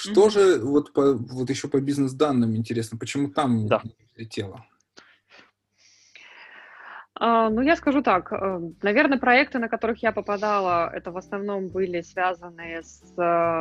Что же вот еще по бизнес-данным интересно, почему там Да. не взлетело? Ну, я скажу так, наверное, проекты, на которых я попадала, это в основном были связаны с,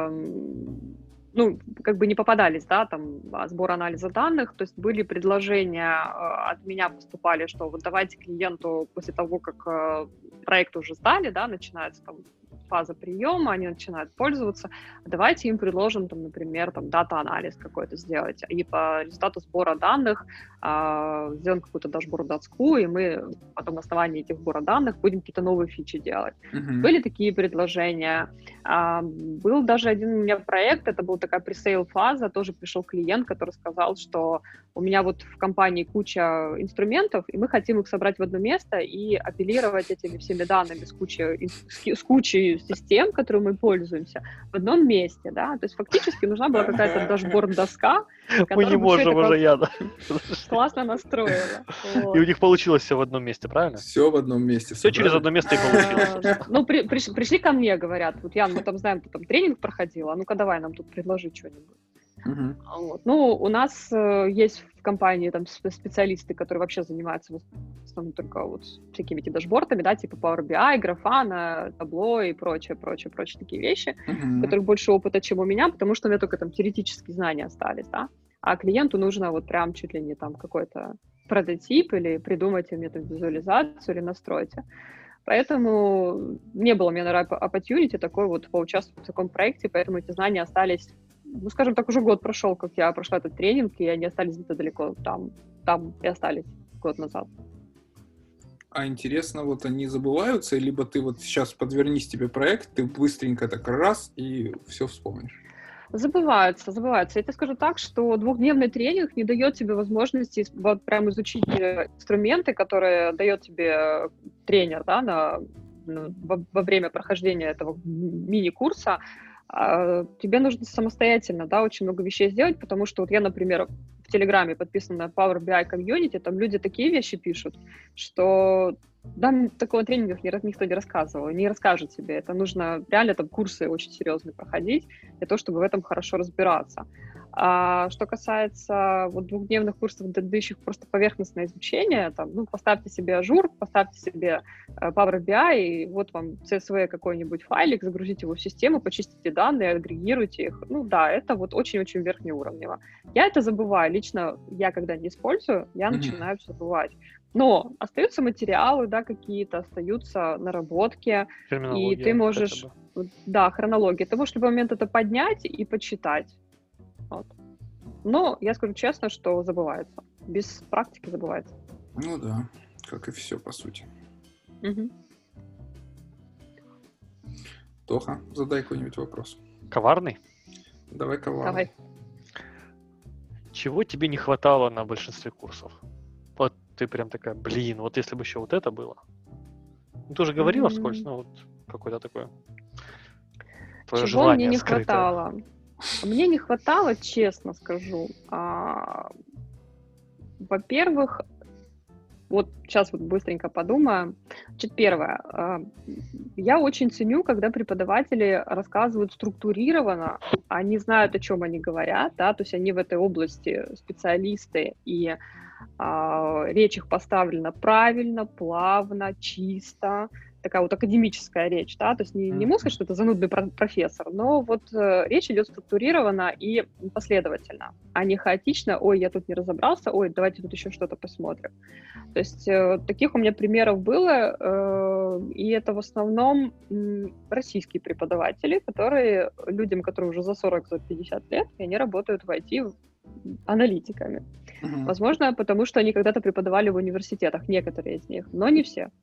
ну, как бы не попадались, да, там, сбор анализа данных, то есть были предложения, от меня поступали, что вот давайте клиенту после того, как проект уже сдали, да, начинается там фаза приема, они начинают пользоваться, давайте им предложим, там, например, там, дата-анализ какой-то сделать, и по результату сбора данных сделаем какую-то дашборд-доску, и мы потом на основании этих сбора данных будем какие-то новые фичи делать. Были такие предложения. Был даже один у меня проект, это была такая пресейл фаза, тоже пришел клиент, который сказал, что у меня вот в компании куча инструментов, и мы хотим их собрать в одно место и апеллировать этими всеми данными с кучей систем, которые мы пользуемся, в одном месте, да, то есть фактически нужна была какая-то дашборд-доска, Мы не можем уже, Яна. классно настроила. И у них получилось все в одном месте, правильно? Все в одном месте. Все через одно место и получилось. Ну, пришли ко мне, говорят, вот, Ян, мы там знаем, ты там тренинг проходила, а ну-ка давай нам тут предложи что-нибудь. Вот. Ну, у нас есть в компании там специалисты, которые вообще занимаются в основном только вот всякими дашбордами, да, типа Power BI, Grafana, Tableau и прочее такие вещи, у которых больше опыта, чем у меня, потому что у меня только там теоретические знания остались, да, а клиенту нужно вот прям чуть ли не там какой-то прототип или придумайте мне там визуализацию или настройте. Поэтому не было мне, наверное, opportunity такой вот поучаствовать в таком проекте, поэтому эти знания остались, ну, скажем так, уже год прошел, как я прошла этот тренинг, и они остались где-то далеко там и остались год назад. А интересно, вот они забываются, либо ты вот сейчас подвернись тебе проект, ты быстренько так раз и все вспомнишь? Забываются. Я тебе скажу так, что двухдневный тренинг не дает тебе возможности вот прям изучить инструменты, которые дает тебе тренер, да, во время прохождения этого мини-курса. Тебе нужно самостоятельно, да, очень много вещей сделать, потому что вот я, например, в Телеграме подписана на Power BI Community, там люди такие вещи пишут, что там такого тренинга никто не рассказывал, не расскажет тебе. Это нужно реально там курсы очень серьезные проходить для того, чтобы в этом хорошо разбираться. А что касается вот двухдневных курсов, дающих просто поверхностное изучение, там, ну, поставьте себе ажур, поставьте себе Power BI, и вот вам CSV какой-нибудь файлик, загрузите его в систему, почистите данные, агрегируйте их. Ну да, это вот очень-очень верхнеуровнево. Я это забываю. Лично я, когда не использую, я начинаю забывать. Но остаются материалы, да, какие-то, остаются наработки, и ты можешь, да, хронология, ты можешь в любой момент это поднять и почитать. Вот. Но я скажу честно, что забывается. Без практики забывается. Ну да, как и все, по сути. Тоха, задай какой-нибудь вопрос. Коварный? Давай коварный. Давай. Чего тебе не хватало на большинстве курсов? Вот ты прям такая, блин, вот если бы еще вот это было. Ну, ты уже говорила вскользь, ну вот какое-то такое твое Чего желание мне не скрытое. хватало? Мне не хватало, честно скажу. Во-первых, вот сейчас вот быстренько подумаю. Значит, первое. Я очень ценю, когда преподаватели рассказывают структурированно, они знают, о чем они говорят, да, то есть они в этой области специалисты, и речь их поставлена правильно, плавно, чисто, такая вот академическая речь, да, то есть не могу сказать, что это занудный профессор, но вот речь идет структурированно и последовательно, а не хаотично, ой, я тут не разобрался, ой, давайте тут еще что-то посмотрим. То есть таких у меня примеров было, и это в основном российские преподаватели, которые, людям, которым уже за 40, за 50 лет, и они работают в IT аналитиками. Возможно, потому что они когда-то преподавали в университетах, некоторые из них, но не все.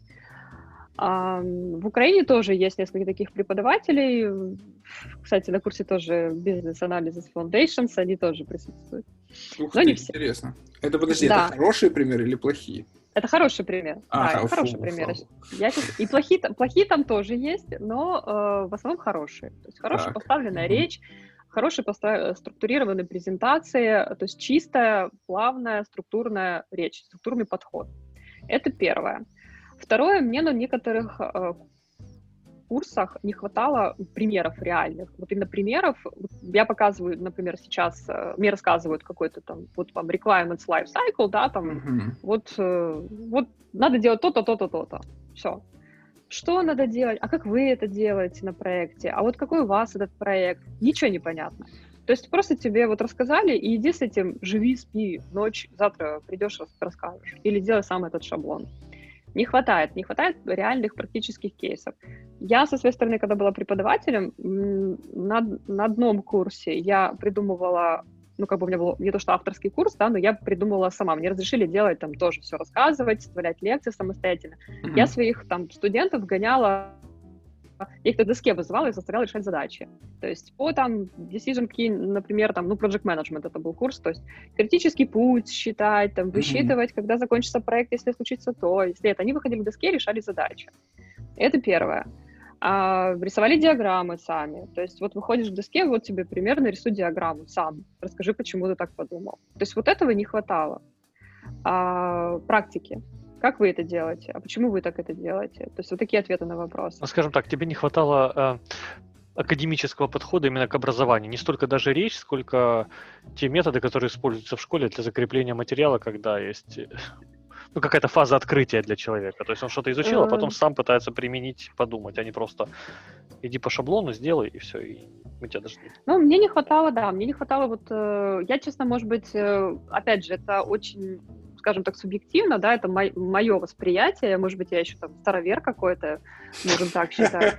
В Украине тоже есть несколько таких преподавателей. Кстати, на курсе тоже Business Analysis Foundations, они тоже присутствуют. Ух но ты, не все. интересно. Это, подожди, Да. это хорошие примеры или плохие? Это хороший пример. Да, это хороший пример. И плохие там тоже есть, но в основном хорошие. То есть хорошая поставленная речь, хорошая структурированная презентация, то есть чистая, плавная, структурная речь, структурный подход. Это первое. Второе, мне на некоторых курсах не хватало примеров реальных. Вот именно примеров, я показываю, например, сейчас, мне рассказывают какой-то там, вот вам requirements life cycle, да, там, вот надо делать то-то, то-то, то-то. Все. Что надо делать? А как вы это делаете на проекте? А вот какой у вас этот проект? Ничего не понятно. То есть просто тебе вот рассказали, и иди с этим, живи, спи, ночь, завтра придешь, расскажешь. Или делай сам этот шаблон. Не хватает реальных практических кейсов. Я, со своей стороны, когда была преподавателем, на одном курсе я придумывала, ну, как бы у меня был не то что авторский курс, да, но я придумывала сама. Мне разрешили делать там тоже все рассказывать, составлять лекции самостоятельно. Я своих там студентов гоняла, я их на доске вызывала и заставляла решать задачи. То есть по там decision key, например, там, ну, project management это был курс, то есть критический путь считать, там, высчитывать, когда закончится проект, если случится то, если это. Они выходили к доске, решали задачи. Это первое. Рисовали диаграммы сами. То есть вот выходишь к доске, вот тебе примерно рисуй диаграмму сам. Расскажи, почему ты так подумал. То есть вот этого не хватало. Практики. Как вы это делаете? А почему вы так это делаете? То есть вот такие ответы на вопросы. Ну, скажем так, тебе не хватало академического подхода именно к образованию. Не столько даже речь, сколько те методы, которые используются в школе для закрепления материала, когда есть какая-то фаза открытия для человека. То есть он что-то изучил, а потом сам пытается применить, подумать, а не просто иди по шаблону, сделай, и все, и мы тебя дождем. Ну, мне не хватало вот... Я, честно, может быть, опять же, это очень... скажем так, субъективно, да, это мое восприятие, может быть, я еще там старовер какой-то, можем так считать.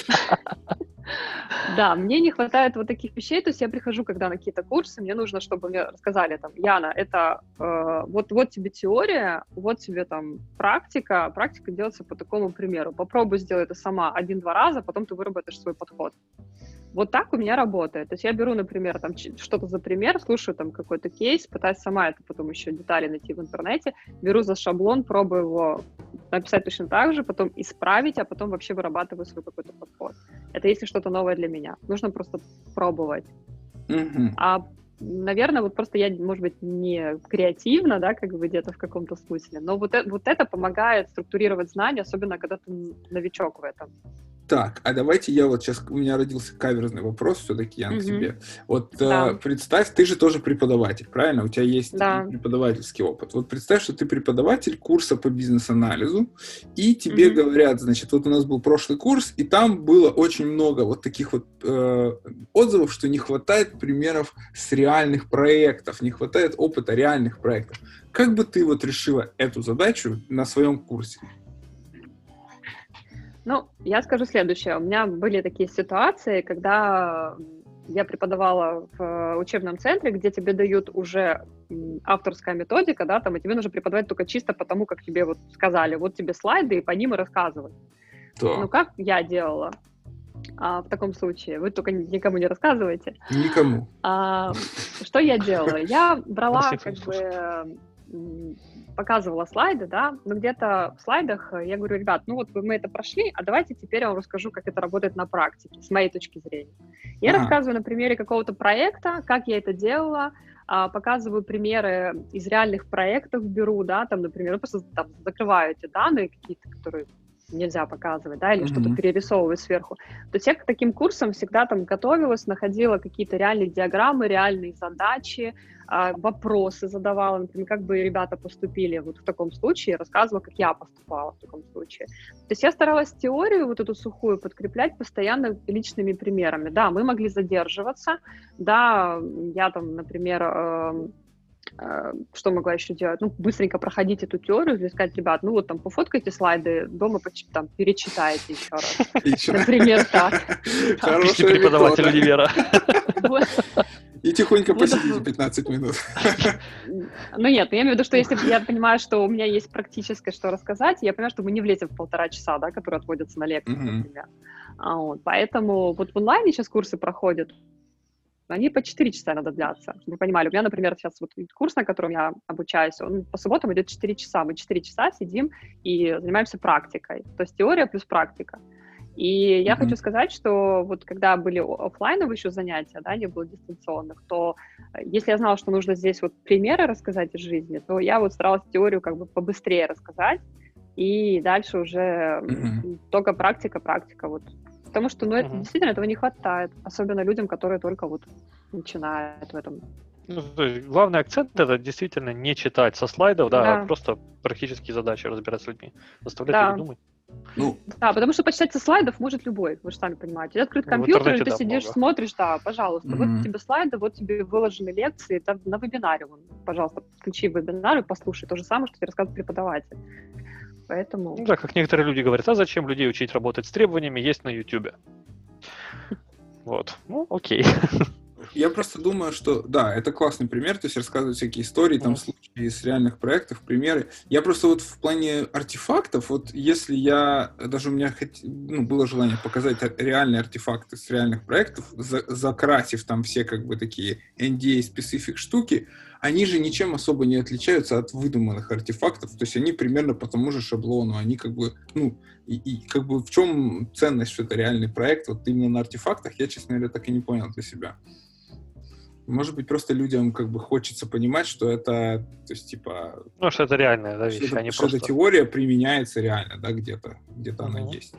Да, мне не хватает вот таких вещей, то есть я прихожу, когда на какие-то курсы, мне нужно, чтобы мне рассказали, там, Яна, это вот тебе теория, вот тебе там практика делается по такому примеру, попробуй сделать это сама 1-2 раза, потом ты выработаешь свой подход. Вот так у меня работает. То есть я беру, например, там что-то за пример, слушаю там какой-то кейс, пытаюсь сама это потом еще детали найти в интернете, беру за шаблон, пробую его написать точно так же, потом исправить, а потом вообще вырабатываю свой какой-то подход. Это если что-то новое для меня. Нужно просто пробовать. А, наверное, вот просто я, может быть, не креативна, да, как бы где-то в каком-то смысле, но вот это помогает структурировать знания, особенно когда ты новичок в этом. Так, а давайте я вот сейчас, у меня родился каверзный вопрос все-таки, Ян, к тебе. Вот представь, ты же тоже преподаватель, правильно? У тебя есть преподавательский опыт. Вот представь, что ты преподаватель курса по бизнес-анализу, и тебе говорят, значит, вот у нас был прошлый курс, и там было очень много вот таких вот отзывов, что не хватает примеров с реальных проектов, не хватает опыта реальных проектов. Как бы ты вот решила эту задачу на своем курсе? Ну, я скажу следующее. У меня были такие ситуации, когда я преподавала в учебном центре, где тебе дают уже авторская методика, да, там, и тебе нужно преподавать только чисто потому, как тебе вот сказали, вот тебе слайды, и по ним и рассказывай. Да. Ну, как я делала в таком случае? Вы только никому не рассказываете. Никому. Что я делала? Я брала, как бы... показывала слайды, да, но где-то в слайдах я говорю, ребят, ну вот мы это прошли, а давайте теперь я вам расскажу, как это работает на практике, с моей точки зрения. Я рассказываю на примере какого-то проекта, как я это делала, показываю примеры из реальных проектов, беру, да, там, например, просто там, закрываю эти данные какие-то, которые нельзя показывать, да, или что-то перерисовываю сверху. То есть я к таким курсам всегда там готовилась, находила какие-то реальные диаграммы, реальные задачи, вопросы задавала, например, как бы ребята поступили вот в таком случае, рассказывала, как я поступала в таком случае. То есть я старалась теорию вот эту сухую подкреплять постоянно личными примерами. Да, мы могли задерживаться, да, я там, например, что могла еще делать? Ну, быстренько проходить эту теорию, или сказать, ребят, ну вот там пофоткайте слайды, дома там перечитайте еще раз. Например, так. Отличный преподаватель универа. И тихонько посидите 15 минут. Ну нет, я имею в виду, что если я понимаю, что у меня есть практическое, что рассказать, я понимаю, что мы не влезем в 1,5 часа, да, которые отводятся на лекцию, например. Поэтому вот в онлайне сейчас курсы проходят, они по 4 часа надо длятся. Чтобы вы понимали, у меня, например, сейчас вот курс, на котором я обучаюсь, он по субботам идет 4 часа. Мы 4 часа сидим и занимаемся практикой. То есть теория плюс практика. И я хочу сказать, что вот когда были офлайновые еще занятия, да, не было дистанционных, то если я знала, что нужно здесь вот примеры рассказать из жизни, то я вот старалась теорию как бы побыстрее рассказать, и дальше уже только практика. Вот. Потому что, это действительно этого не хватает, особенно людям, которые только вот начинают в этом. То есть главный акцент — это действительно не читать со слайдов, а просто практические задачи разбирать с людьми, заставлять людей думать. Да, потому что почитать со слайдов может любой, вы же сами понимаете. Открыт компьютер, и ты сидишь, смотришь, пожалуйста, вот тебе слайды, вот тебе выложены лекции, там на вебинаре, пожалуйста, включи вебинар и послушай. То же самое, что тебе рассказывает преподаватель. Поэтому... как некоторые люди говорят, а зачем людей учить работать с требованиями, есть на YouTube. Вот, окей. Я просто думаю, что, да, это классный пример, то есть рассказывать всякие истории, там, случаи из реальных проектов, примеры. Я просто вот в плане артефактов, вот если даже у меня было желание показать реальные артефакты с реальных проектов, закрасив там все как бы такие NDA-специфик штуки, они же ничем особо не отличаются от выдуманных артефактов, то есть они примерно по тому же шаблону, они как бы, и как бы в чем ценность, что это реальный проект, вот именно на артефактах, я, честно говоря, так и не понял для себя. Может быть, просто людям как бы хочется понимать, что это, то есть, типа... что это реальная вещь, что эта теория применяется реально, да, где-то она есть.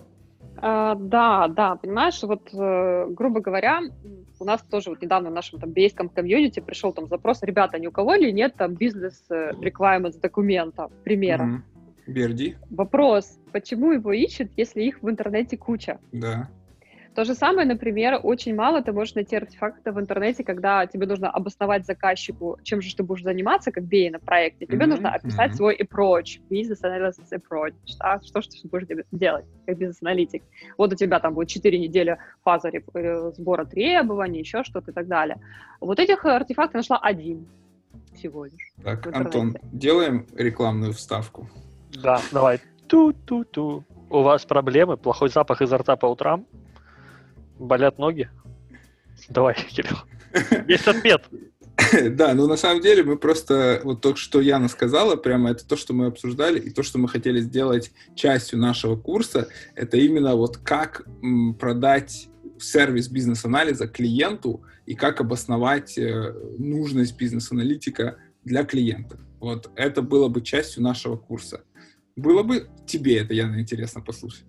Да, понимаешь, вот, грубо говоря, у нас тоже вот недавно в нашем там бейском комьюнити пришел там запрос, ребята, ни у кого ли нет там бизнес-requirements документа, примера? Берди. Вопрос, почему его ищут, если их в интернете куча? Да. То же самое, например, очень мало ты можешь найти артефакты в интернете, когда тебе нужно обосновать заказчику, чем же ты будешь заниматься, как BA на проекте. Тебе нужно описать свой approach, business analysis approach, да? Что ж ты будешь делать, как бизнес-аналитик. Вот у тебя там будет 4 недели фаза сбора требований, еще что-то и так далее. Вот этих артефактов нашла один всего лишь. Так, Антон, делаем рекламную вставку. Да, давай. Ту-ту-ту. У вас проблемы? Плохой запах изо рта по утрам? Болят ноги? Давай, Кирилл. Есть ответ. Да, на самом деле мы просто, вот то, что Яна сказала, прямо это то, что мы обсуждали, и то, что мы хотели сделать частью нашего курса, это именно вот как продать сервис бизнес-анализа клиенту и как обосновать нужность бизнес-аналитика для клиента. Вот это было бы частью нашего курса. Было бы тебе это, Яна, интересно послушать?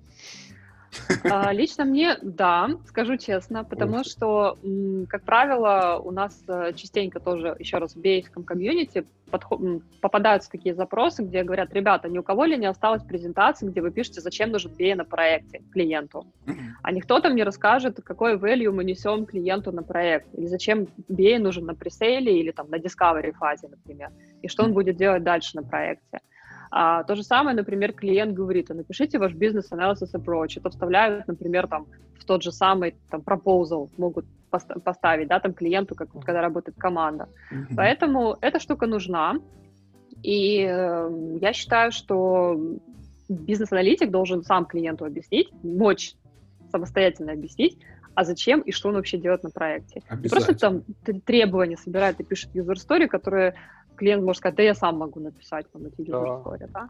Лично мне, да, скажу честно, потому что, как правило, у нас частенько тоже, еще раз, в бейском комьюнити попадаются такие запросы, где говорят, ребята, ни у кого ли не осталось презентации, где вы пишете, зачем нужен BA на проекте клиенту. А никто там не расскажет, какой value мы несем клиенту на проект, или зачем BA нужен на пресейле или там на discovery фазе, например, и что он будет делать дальше на проекте. То же самое, например, клиент говорит, напишите ваш business analysis approach. Это вставляют, например, там, в тот же самый там, proposal могут поставить, да, там, клиенту, как, когда работает команда. Поэтому эта штука нужна. И я считаю, что бизнес-аналитик должен сам клиенту объяснить, мочь самостоятельно объяснить, а зачем и что он вообще делает на проекте. Не просто там требования собирает и пишет user story, которые клиент может сказать, да я сам могу написать там эти user story, да?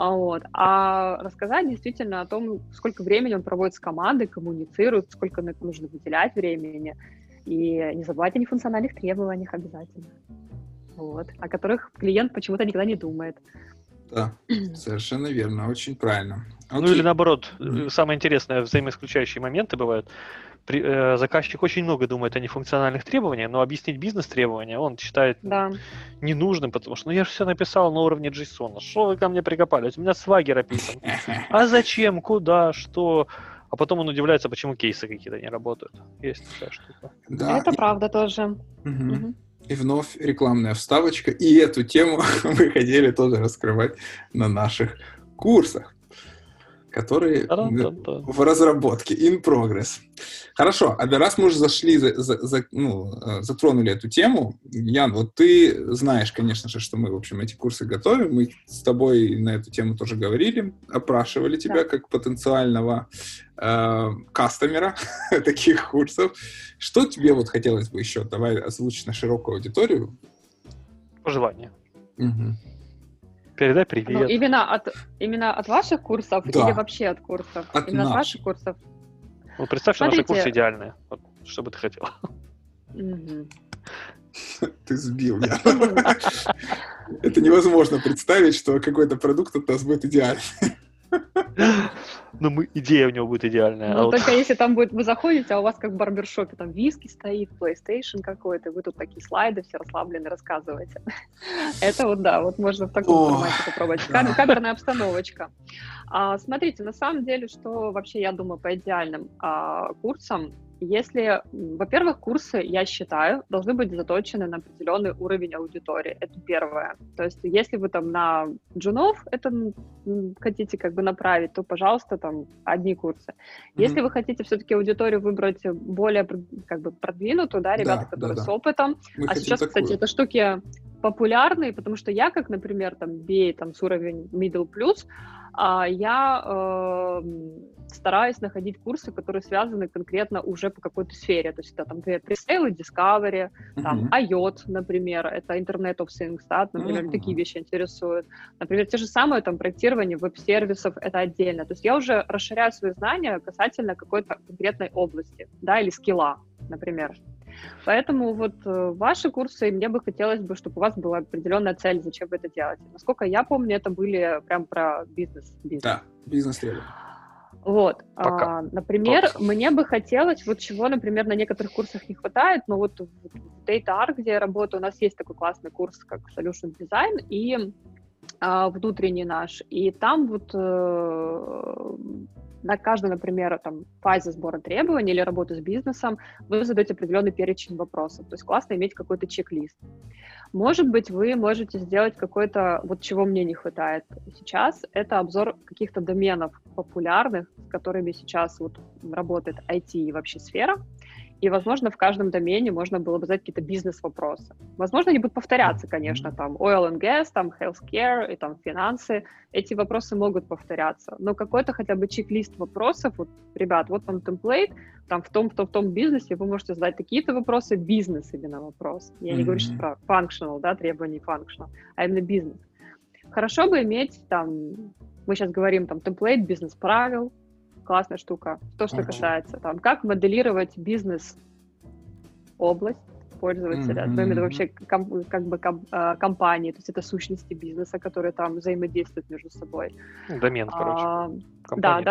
А рассказать действительно о том, сколько времени он проводит с командой, коммуницирует, сколько на это нужно выделять времени, и не забывать о нефункциональных требованиях обязательно, вот, о которых клиент почему-то никогда не думает. Да, совершенно верно, очень правильно. Ну или наоборот, самое интересное, взаимоисключающие моменты бывают. Заказчик очень много думает о нефункциональных требованиях, но объяснить бизнес-требования он считает ненужным, потому что я же все написал на уровне JSON. Что вы ко мне прикопались? У меня Swagger описан. А зачем? Куда? Что? А потом он удивляется, почему кейсы какие-то не работают. Есть такая штука. Да, это правда тоже. И вновь рекламная вставочка. И эту тему мы хотели тоже раскрывать на наших курсах, которые в разработке, in progress. Хорошо, а раз мы уже зашли, затронули эту тему, Ян, вот ты знаешь, конечно же, что мы, в общем, эти курсы готовим, мы с тобой на эту тему тоже говорили, опрашивали тебя как потенциального кастомера таких курсов. Что тебе вот хотелось бы еще, давай озвучить на широкую аудиторию? Пожелания. Передай привет. Ну, именно от ваших курсов или вообще от курсов? Именно от ваших курсов. Ну, представь, что наши курсы идеальные. Вот, что бы ты хотела? Ты сбил меня. Это невозможно представить, что какой-то продукт от нас будет идеальный. Ну, идея у него будет идеальная. Ну, только если там будет, вы заходите, а у вас как в барбершопе, там виски стоит, PlayStation какой-то, вы тут такие слайды все расслабленные рассказываете. Это вот, да, вот можно в таком формате попробовать. Камерная обстановочка. Смотрите, на самом деле, что вообще я думаю по идеальным курсам, если, во-первых, курсы, я считаю, должны быть заточены на определенный уровень аудитории. Это первое. То есть, если вы там на джунов это хотите как бы направить, то, пожалуйста, там одни курсы. Если вы хотите все-таки аудиторию выбрать более как бы продвинутую, да, ребята, которые с опытом. Сейчас, кстати, это штуки популярные, потому что я, как, например, там BA там, с уровень middle plus, я стараюсь находить курсы, которые связаны конкретно уже по какой-то сфере. То есть это там pre-sale и discovery, там IoT, например, это Internet of Things, да, например, такие вещи интересуют. Например, те же самые там проектирование веб-сервисов, это отдельно. То есть я уже расширяю свои знания касательно какой-то конкретной области, да, или скилла, например. Поэтому вот ваши курсы, мне бы хотелось бы, чтобы у вас была определенная цель, зачем вы это делаете. Насколько я помню, это были прям про бизнес. Да, бизнес-требования. Вот, например, мне бы хотелось, вот чего, например, на некоторых курсах не хватает, но вот в DataArt, где я работаю, у нас есть такой классный курс, как Solution Design и внутренний наш, и там вот на каждой, например, там, фазе сбора требований или работы с бизнесом вы задаете определенный перечень вопросов, то есть классно иметь какой-то чек-лист. Может быть, вы можете сделать какой-то, вот чего мне не хватает сейчас, это обзор каких-то доменов популярных, с которыми сейчас вот работает IT и вообще сфера, и, возможно, в каждом домене можно было бы задать какие-то бизнес-вопросы. Возможно, они будут повторяться, конечно, там oil and gas, там healthcare и там финансы. Эти вопросы могут повторяться, но какой-то хотя бы чек-лист вопросов, вот, ребят, вот вам темплейт, там в том бизнесе вы можете задать такие-то вопросы, бизнес именно вопрос. Я не говорю сейчас про functional, да, требования functional, а именно бизнес. Хорошо бы иметь там, мы сейчас говорим там темплейт бизнес-правил, классная штука. То, что касается там, как моделировать бизнес-область пользователя, то именно вообще компании, то есть это сущности бизнеса, которые там взаимодействуют между собой. Домен, короче. Да,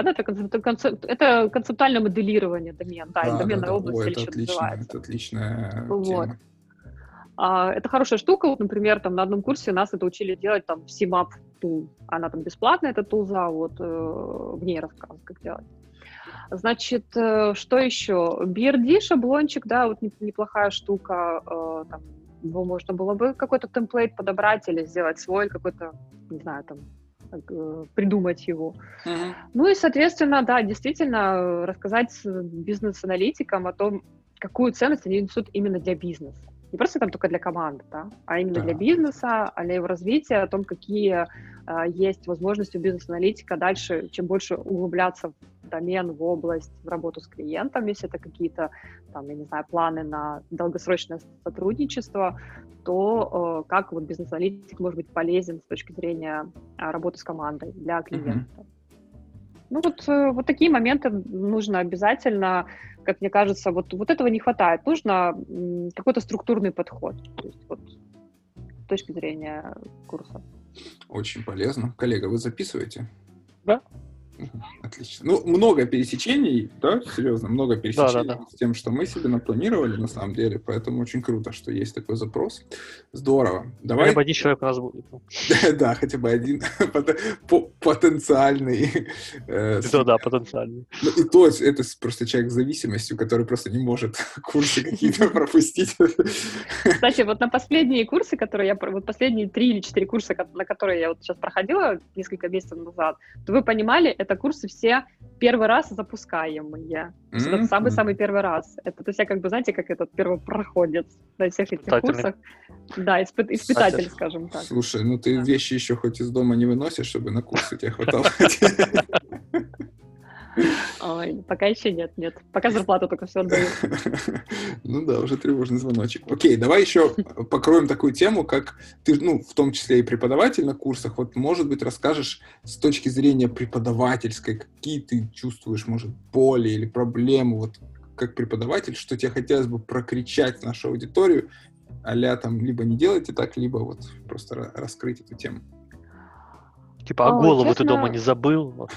это концептуальное моделирование домена, да, и доменная область или что называется. Это отличная тема. Это хорошая штука, вот, например, там на одном курсе нас это учили делать там CMAP tool, она там бесплатная, эта тулза, вот в ней рассказывают, как делать. Значит, что еще? BRD шаблончик, да, вот неплохая штука, там, его можно было бы какой-то темплейт подобрать или сделать свой какой-то, не знаю, там, придумать его. Ну и, соответственно, да, действительно рассказать бизнес-аналитикам о том, какую ценность они несут именно для бизнеса. Не просто там только для команды, да, а именно для бизнеса, для его развития, о том, какие есть возможности у бизнес-аналитика дальше, чем больше углубляться в домен, в область, в работу с клиентом, если это какие-то, там, я не знаю, планы на долгосрочное сотрудничество, то как вот бизнес-аналитик может быть полезен с точки зрения работы с командой для клиента. Ну вот такие моменты нужно обязательно, как мне кажется, вот этого не хватает. Нужно какой-то структурный подход, то есть вот с точки зрения курса. Очень полезно. Коллега, вы записываете? Да. Отлично. Ну, много пересечений, да, серьезно, много пересечений с тем, что мы себе напланировали, на самом деле, поэтому очень круто, что есть такой запрос. Здорово. Давай... Хотя бы один человек у нас будет. Да, хотя бы один потенциальный. Да, потенциальный. Ну, и то есть это просто человек с зависимостью, который просто не может курсы какие-то пропустить. Кстати, вот на последние курсы, которые вот последние 3 или 4 курса, на которые я вот сейчас проходила несколько месяцев назад, то вы понимали, это курсы все первый раз запускаемые. Это самый-самый первый раз. Это, то есть я как бы, знаете, как этот первопроходец на всех этих курсах. Да, испытатель, скажем так. Слушай, ну ты вещи еще хоть из дома не выносишь, чтобы на курсы тебе хватало. Ой, пока еще нет. Пока зарплату только все отдают. Ну да, уже тревожный звоночек. Окей, давай еще покроем такую тему, как ты, ну, в том числе и преподаватель на курсах, вот, может быть, расскажешь с точки зрения преподавательской, какие ты чувствуешь, может, боли или проблемы, вот, как преподаватель, что тебе хотелось бы прокричать в нашу аудиторию, а-ля там либо не делайте так, либо вот просто раскрыть эту тему. Типа, голову ты дома не забыл? Вот,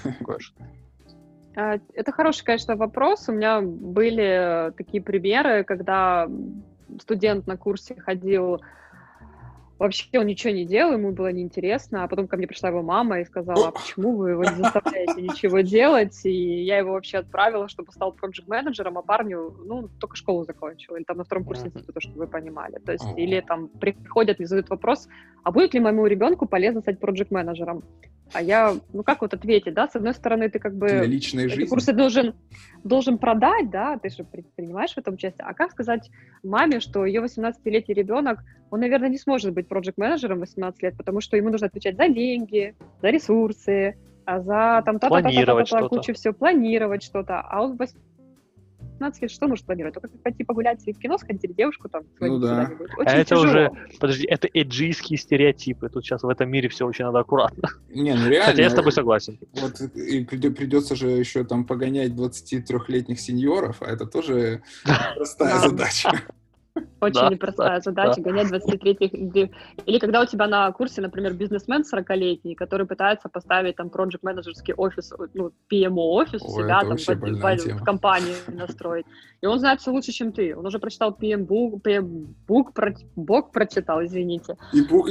это хороший, конечно, вопрос. У меня были такие примеры, когда студент на курсе ходил, вообще он ничего не делал, ему было неинтересно, а потом ко мне пришла его мама и сказала, почему вы его не заставляете ничего делать, и я его вообще отправила, чтобы стал проект-менеджером, а парню, только школу закончил, или там на втором курсе института, чтобы вы понимали. То есть, или там приходят и задают вопрос, а будет ли моему ребенку полезно стать проект-менеджером? А я, как вот ответить, да, с одной стороны, ты как бы эти курсы должен продать, да, ты же принимаешь в этом участие, а как сказать маме, что ее 18-летний ребенок, он, наверное, не сможет быть проект-менеджером в 18 лет, потому что ему нужно отвечать за деньги, за ресурсы, за там кучу всего, планировать что-то, а он в 15 лет что нужно планировать? Только пойти погулять и в кино сходить, или девушку там сводить куда-нибудь. Очень это тяжело. Уже, подожди, это эйджистские стереотипы. Тут сейчас в этом мире все очень надо аккуратно. Не, реально. Хотя я с тобой согласен. Вот и придется же еще там погонять 23-летних сеньоров, а это тоже простая задача. Очень непростая задача гонять 23-х. Или когда у тебя на курсе, например, бизнесмен 40-летний, который пытается поставить там проект-менеджерский офис, PMO-офис у себя там в компании настроить. И он знает все лучше, чем ты. Он уже прочитал PM-бук прочитал, извините. И бук,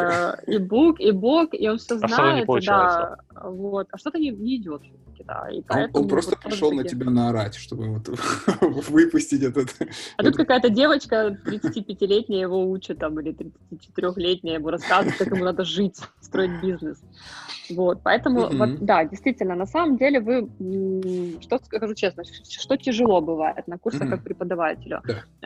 и он все знает. Да, вот. А что-то не идет. Да, и он просто пришел на тебя наорать, чтобы вот выпустить этот... А тут какая-то девочка 35-летняя его учит, там, или 34-летняя ему рассказывает, как ему надо жить, строить бизнес. Вот, поэтому, да, действительно, на самом деле что скажу честно, что тяжело бывает на курсах как преподавателю.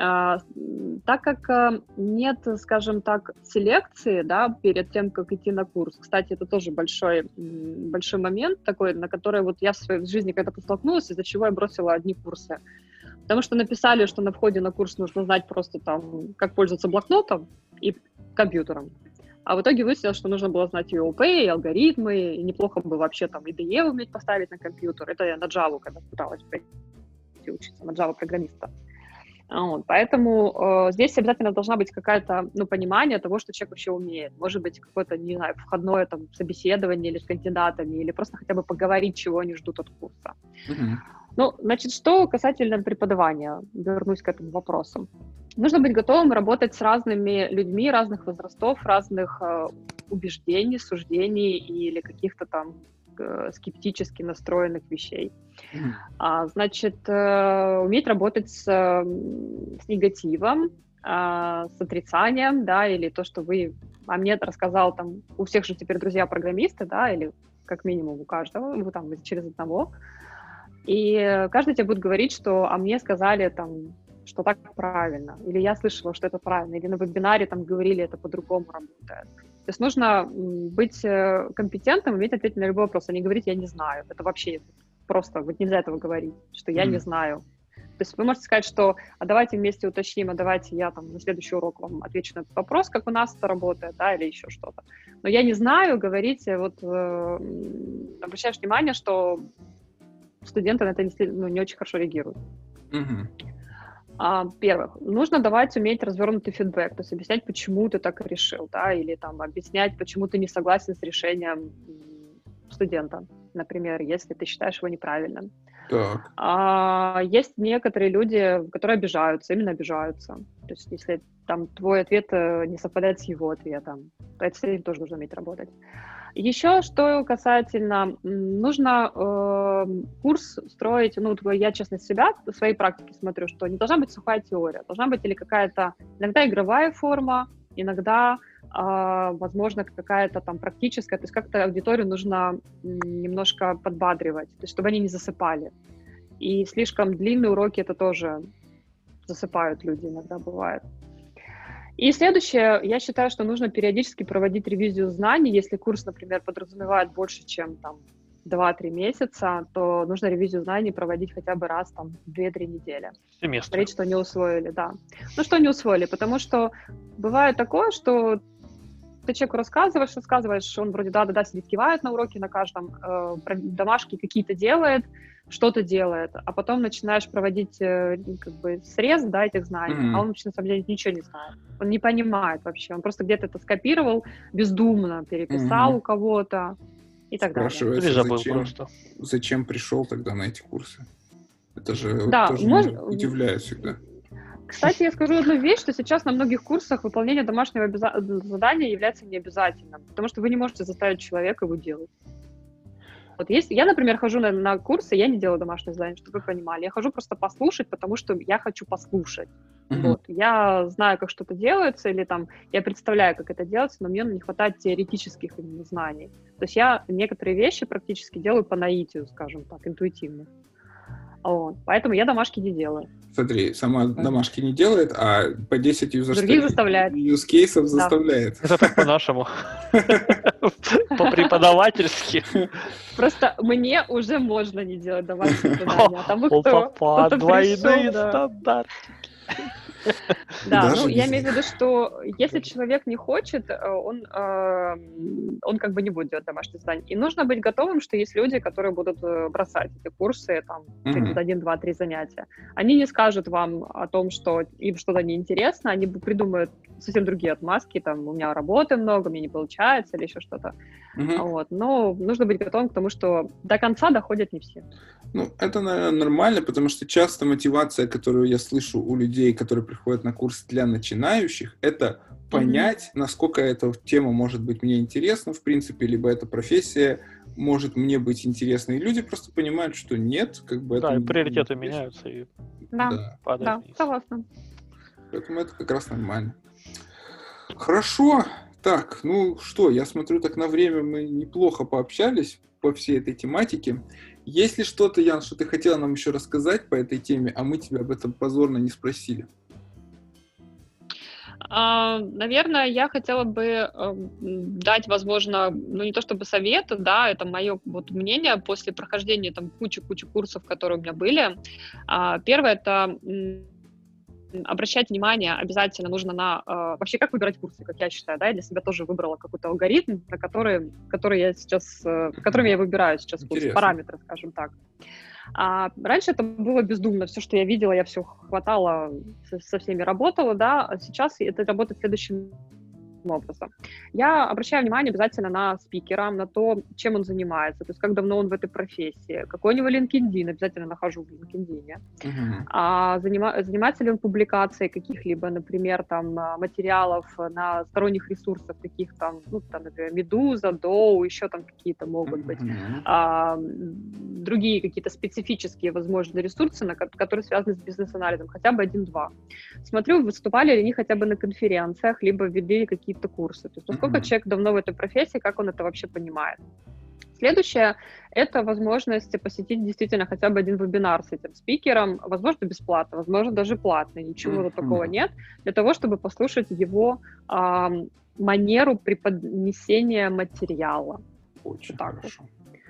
Так как нет, скажем так, селекции, да, перед тем, как идти на курс. Кстати, это тоже большой момент такой, на который вот я в своей жизни когда-то столкнулась, из-за чего я бросила одни курсы. Потому что написали, что на входе на курс нужно знать просто там, как пользоваться блокнотом и компьютером. А в итоге выяснилось, что нужно было знать и ООП, и алгоритмы, и неплохо бы вообще там IDE уметь поставить на компьютер. Это я на Java, когда пыталась пойти учиться, на Java-программиста. Вот, поэтому здесь обязательно должна быть какая-то, понимание того, что человек вообще умеет. Может быть, какое-то, не знаю, входное там собеседование или с кандидатами, или просто хотя бы поговорить, чего они ждут от курса. Значит, что касательно преподавания, вернусь к этому вопросу. Нужно быть готовым работать с разными людьми разных возрастов, разных убеждений, суждений или каких-то там скептически настроенных вещей. Значит, уметь работать с негативом, с отрицанием, да, или то, что вы мне рассказал, там, у всех же теперь друзья-программисты, да, или как минимум у каждого, вы там через одного, и каждый тебе будет говорить, что мне сказали там, что так правильно, или я слышала, что это правильно, или на вебинаре там говорили, это по-другому работает. То есть нужно быть компетентным, уметь ответить на любой вопрос, а не говорить «я не знаю». Это вообще просто, вот нельзя этого говорить, что «я не знаю». То есть вы можете сказать, что «а давайте вместе уточним, а давайте я там на следующий урок вам отвечу на этот вопрос, как у нас это работает», да, или еще что-то. Но «я не знаю», говорите, вот обращаешь внимание, что студенты на это не очень хорошо реагируют. Первых, нужно уметь развернутый фидбэк, то есть объяснять, почему ты так решил, да, или там объяснять, почему ты не согласен с решением студента, например, если ты считаешь его неправильным. Так. Есть некоторые люди, которые именно обижаются. То есть если там твой ответ не совпадает с его ответом, то с этим тоже нужно уметь работать. Еще, что касательно, нужно курс строить, я, честно, себя, в своей практике смотрю, что не должна быть сухая теория, должна быть или какая-то, иногда игровая форма, иногда, возможно, какая-то там практическая, то есть как-то аудиторию нужно немножко подбадривать, то есть чтобы они не засыпали. И слишком длинные уроки это тоже засыпают люди, иногда бывает. И следующее, я считаю, что нужно периодически проводить ревизию знаний. Если курс, например, подразумевает больше, чем там 2-3 месяца, то нужно ревизию знаний проводить хотя бы раз там 2-3 недели. Семестр. Смотреть, что не усвоили, да. Что не усвоили, потому что бывает такое, что ты человеку рассказываешь, он вроде да-да-да сидит, кивает на уроке на каждом, домашки какие-то делает, что-то делает, а потом начинаешь проводить как бы срез, да, этих знаний, а он вообще на самом деле ничего не знает. Он не понимает вообще, он просто где-то это скопировал, бездумно переписал у кого-то и так далее. Спрашивается, зачем пришел тогда на эти курсы? Это же тоже меня удивляет всегда. Кстати, я скажу одну вещь, что сейчас на многих курсах выполнение домашнего задания является необязательным, потому что вы не можете заставить человека его делать. Вот я, например, хожу на курсы, я не делаю домашнее задание, чтобы вы понимали. Я хожу просто послушать, потому что я хочу послушать. Вот. Я знаю, как что-то делается, или там я представляю, как это делается, но мне не хватает теоретических именно знаний. То есть я некоторые вещи практически делаю по наитию, скажем так, интуитивно. Вот. Поэтому я домашки не делаю. Смотри, сама домашки не делает, а по 10 use-кейсов заставляет. Это так по-нашему. По-преподавательски. Просто мне уже можно не делать домашние задания. А там кто-то двойные стандарты. Да, я имею в виду, что если человек не хочет, он как бы не будет делать домашнее задание. И нужно быть готовым, что есть люди, которые будут бросать эти курсы там, через 1, 2, 3 занятия. Они не скажут вам о том, что им что-то неинтересно, они придумают совсем другие отмазки, там, у меня работы много, мне не получается, или еще что-то. Вот. Но нужно быть готовым к тому, что до конца доходят не все. Ну, это, наверное, нормально, потому что часто мотивация, которую я слышу у людей, которые приходят на курс для начинающих, это понять, насколько эта тема может быть мне интересна, в принципе, либо эта профессия может мне быть интересна. И люди просто понимают, что нет, как бы это... Да, и приоритеты меняются, и падают вниз. Согласна. Поэтому это как раз нормально. Хорошо. Так, ну что, я смотрю, так на время мы неплохо пообщались по всей этой тематике. Есть ли что-то, Ян, что ты хотела нам еще рассказать по этой теме, а мы тебя об этом позорно не спросили? Наверное, я хотела бы дать, возможно, ну не то чтобы совет, да, это мое вот мнение после прохождения там кучи курсов, которые у меня были. Первое — это обращать внимание обязательно нужно на вообще как выбирать курсы, как я считаю, да, я для себя тоже выбрала какой-то алгоритм, на который я сейчас, которым я выбираю сейчас курсы, параметры, скажем так. Раньше это было бездумно, все, что я видела, я все хватала, со всеми работала, да, а сейчас это работает следующим образом. Я обращаю внимание обязательно на спикера, на то, чем он занимается, то есть как давно он в этой профессии, какой у него LinkedIn, обязательно нахожу в LinkedIn, занимается ли он публикацией каких-либо, например, там, материалов на сторонних ресурсах, таких там, ну, там, например, Медуза, Доу, еще там какие-то могут быть, другие какие-то специфические, возможно, ресурсы, которые связаны с бизнес-анализом, хотя бы 1-2. Смотрю, выступали ли они хотя бы на конференциях, либо ввели какие-то курсы. То есть насколько человек давно в этой профессии, как он это вообще понимает. Следующее — это возможность посетить действительно хотя бы один вебинар с этим спикером, возможно, бесплатно, возможно, даже платно, ничего такого нет, для того, чтобы послушать его манеру преподнесения материала. Очень хорошо.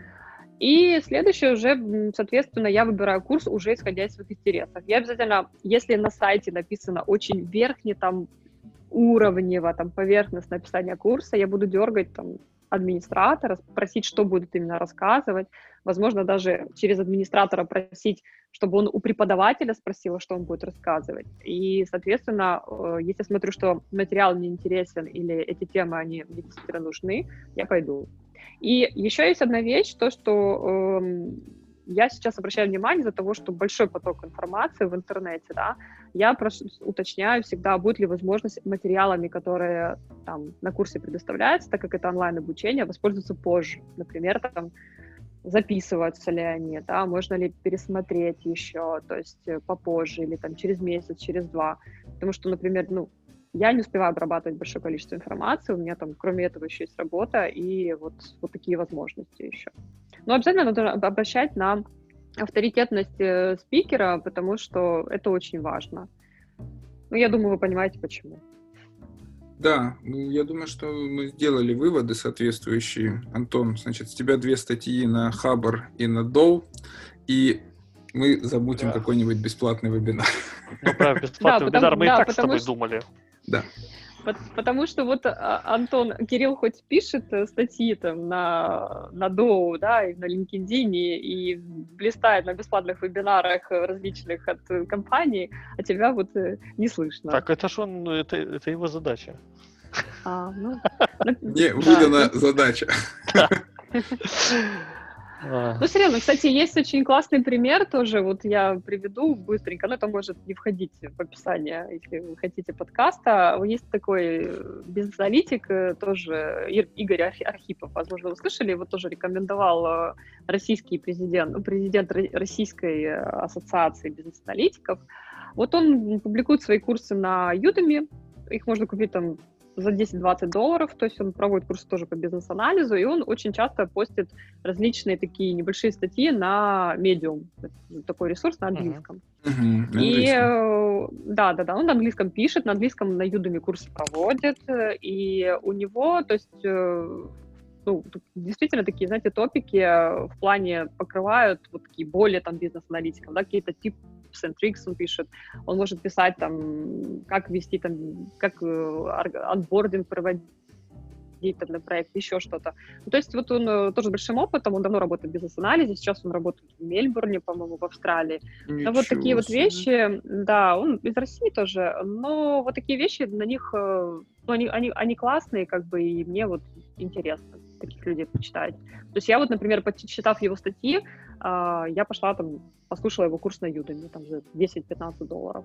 И следующее уже, соответственно, я выбираю курс уже исходя из своих интересов. Я обязательно, если на сайте написано очень верхний там уровнево, там, поверхностное описание курса, я буду дергать там администратора, просить, что будет именно рассказывать, возможно, даже через администратора просить, чтобы он у преподавателя спросил, что он будет рассказывать. И, соответственно, если смотрю, что материал мне интересен или эти темы, они мне действительно нужны, я пойду. И еще есть одна вещь, то, что я сейчас обращаю внимание из-за того, что большой поток информации в интернете, да, я уточняю всегда, будет ли возможность материалами, которые там на курсе предоставляются, так как это онлайн-обучение, воспользоваться позже. Например, там, записываются ли они, да, можно ли пересмотреть еще, то есть попозже, или там через месяц, через 2. Потому что, например, я не успеваю обрабатывать большое количество информации, у меня там, кроме этого, еще есть работа и вот такие возможности еще. Но обязательно надо обращать на авторитетность спикера, потому что это очень важно. Я думаю, вы понимаете, почему. Да, я думаю, что мы сделали выводы соответствующие. Антон, значит, с тебя 2 статьи на Хабр и на Доу, и мы замутим какой-нибудь бесплатный вебинар. Ну, про бесплатный вебинар мы и так с тобой думали. Да. Потому что вот Антон, Кирилл хоть пишет статьи там на Dow, да, и на LinkedIn, и блистает на бесплатных вебинарах различных от компаний, а тебя вот не слышно. Так, это ж это его задача. Не выдана задача. Ну, серьезно, кстати, есть очень классный пример тоже, вот я приведу быстренько, но это может не входить в описание, если вы хотите подкаста. Есть такой бизнес-аналитик, тоже Игорь Архипов, возможно, вы слышали, его тоже рекомендовал российский президент Российской ассоциации бизнес-аналитиков. Вот он публикует свои курсы на Udemy, их можно купить там за $10-20, то есть он проводит курсы тоже по бизнес-анализу, и он очень часто постит различные такие небольшие статьи на Medium, такой ресурс на английском. И да, он на английском пишет, на английском на Udemy курсы проводит, и у него, то есть, действительно такие, знаете, топики в плане покрывают вот такие более там бизнес-аналитиков, да, какие-то tips and tricks он пишет, он может писать там, как вести там, как онбординг проводить там на проект, еще что-то. То есть вот он тоже с большим опытом, он давно работает в бизнес-анализе, сейчас он работает в Мельбурне, по-моему, в Австралии. Но вот такие вот вещи, да, он из России тоже, но вот такие вещи, на них, они классные, как бы, и мне вот интересно таких людей почитать. То есть я вот, например, почитав его статьи, я пошла там, послушала его курс на Udemy, там за $10-15.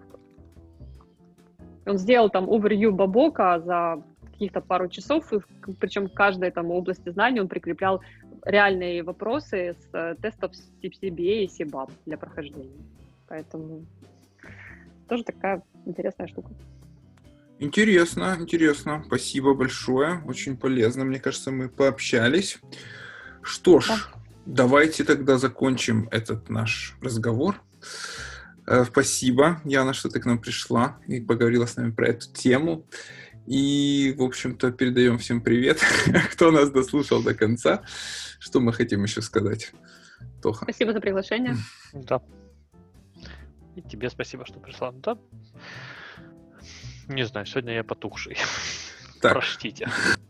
Он сделал там overview Бабока за каких-то пару часов, причем к каждой там области знаний он прикреплял реальные вопросы с тестов CBA и CBAP для прохождения. Поэтому тоже такая интересная штука. Интересно. Спасибо большое. Очень полезно. Мне кажется, мы пообщались. Что ж, давайте тогда закончим этот наш разговор. Спасибо, Яна, что ты к нам пришла и поговорила с нами про эту тему. И, в общем-то, передаем всем привет, кто нас дослушал до конца. Что мы хотим еще сказать, Тоха? Спасибо за приглашение. Да. И тебе спасибо, что пришла. Да. Не знаю, сегодня я потухший. Так. Простите.